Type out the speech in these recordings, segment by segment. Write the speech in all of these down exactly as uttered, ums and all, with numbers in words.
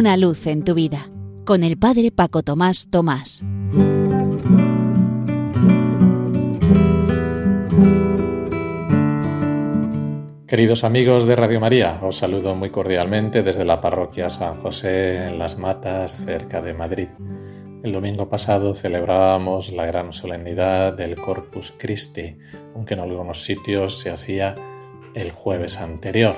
Una luz en tu vida, con el Padre Paco Tomás Tomás. Queridos amigos de Radio María, os saludo muy cordialmente desde la parroquia San José en Las Matas, cerca de Madrid. El domingo pasado celebrábamos la gran solemnidad del Corpus Christi, aunque en algunos sitios se hacía el jueves anterior.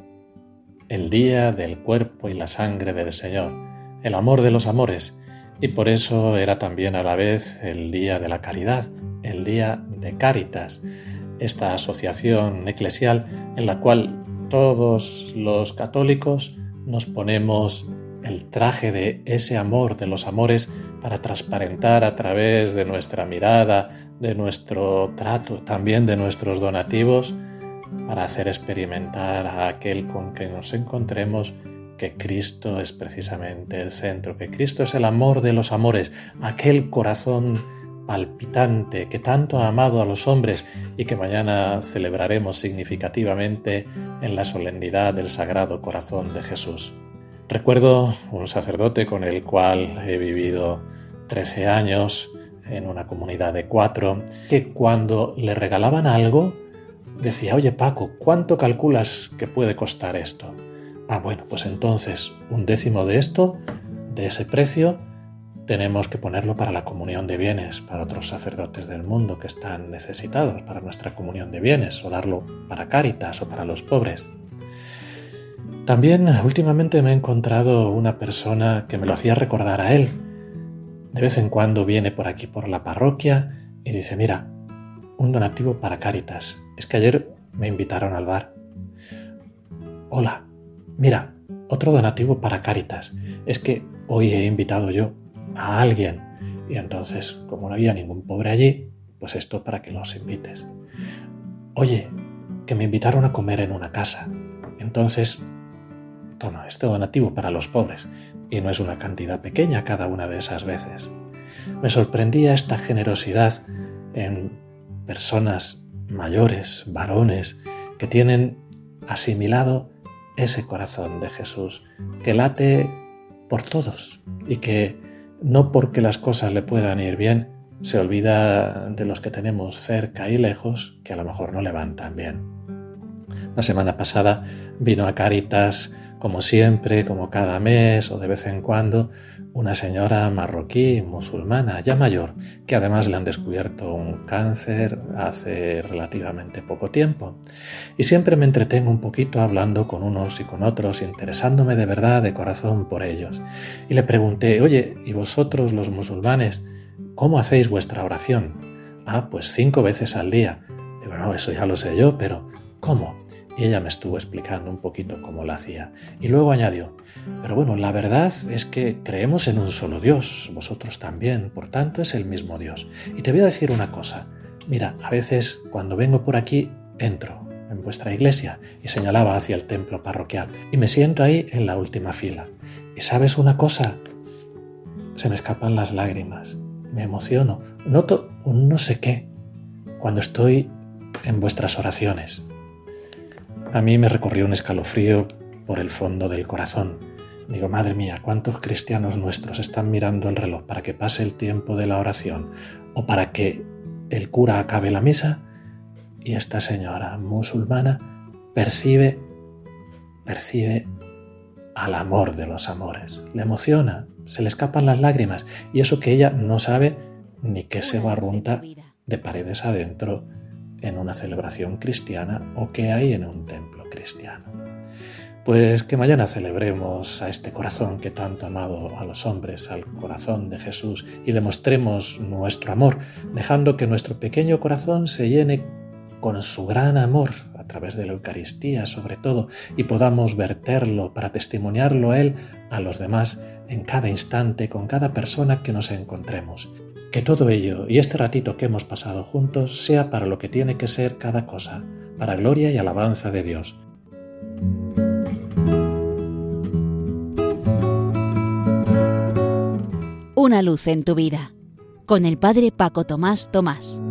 El día del cuerpo y la sangre del Señor, el amor de los amores, y por eso era también a la vez el día de la caridad, el día de Cáritas, esta asociación eclesial en la cual todos los católicos nos ponemos el traje de ese amor de los amores para transparentar a través de nuestra mirada, de nuestro trato, también de nuestros donativos, para hacer experimentar a aquel con que nos encontremos que Cristo es precisamente el centro, que Cristo es el amor de los amores, aquel corazón palpitante que tanto ha amado a los hombres y que mañana celebraremos significativamente en la solemnidad del Sagrado Corazón de Jesús. Recuerdo un sacerdote con el cual he vivido trece años en una comunidad de cuatro, que cuando le regalaban algo decía: oye Paco, ¿cuánto calculas que puede costar esto? Ah, bueno, pues entonces un décimo de esto, de ese precio, tenemos que ponerlo para la comunión de bienes, para otros sacerdotes del mundo que están necesitados, para nuestra comunión de bienes, o darlo para Cáritas o para los pobres. También últimamente me he encontrado una persona que me lo hacía recordar a él. De vez en cuando viene por aquí por la parroquia y dice: mira, un donativo para Cáritas. Es que ayer me invitaron al bar. Hola, mira, otro donativo para Cáritas. Es que hoy he invitado yo a alguien y entonces, como no había ningún pobre allí, pues esto para que los invites. Oye, que me invitaron a comer en una casa, entonces toma este donativo para los pobres, y no es una cantidad pequeña cada una de esas veces. Me sorprendía esta generosidad en personas mayores, varones, que tienen asimilado ese corazón de Jesús, que late por todos y que no porque las cosas le puedan ir bien, se olvida de los que tenemos cerca y lejos, que a lo mejor no le van tan bien. La semana pasada vino a Cáritas, como siempre, como cada mes o de vez en cuando, una señora marroquí, musulmana, ya mayor, que además le han descubierto un cáncer hace relativamente poco tiempo. Y siempre me entretengo un poquito hablando con unos y con otros, interesándome de verdad, de corazón por ellos. Y le pregunté: oye, ¿y vosotros los musulmanes, cómo hacéis vuestra oración? Ah, pues cinco veces al día. Digo: no, eso ya lo sé yo, pero ¿cómo? Y ella me estuvo explicando un poquito cómo lo hacía. Y luego añadió: pero bueno, la verdad es que creemos en un solo Dios, vosotros también, por tanto es el mismo Dios. Y te voy a decir una cosa, mira, a veces cuando vengo por aquí, entro en vuestra iglesia, y señalaba hacia el templo parroquial, y me siento ahí en la última fila. Y ¿sabes una cosa? Se me escapan las lágrimas, me emociono, noto un no sé qué cuando estoy en vuestras oraciones. A mí me recorrió un escalofrío por el fondo del corazón. Digo: madre mía, ¿cuántos cristianos nuestros están mirando el reloj para que pase el tiempo de la oración o para que el cura acabe la misa? Y esta señora musulmana percibe, percibe al amor de los amores. Le emociona, se le escapan las lágrimas, y eso que ella no sabe ni qué se barrunta de paredes adentro en una celebración cristiana o qué hay en un templo cristiano. Pues que mañana celebremos a este corazón que tanto ha amado a los hombres, al corazón de Jesús, y le mostremos nuestro amor, dejando que nuestro pequeño corazón se llene con su gran amor a través de la Eucaristía sobre todo, y podamos verterlo para testimoniarlo a Él a los demás en cada instante, con cada persona que nos encontremos. Que todo ello y este ratito que hemos pasado juntos sea para lo que tiene que ser cada cosa, para gloria y alabanza de Dios. Una luz en tu vida, con el Padre Paco Tomás Tomás.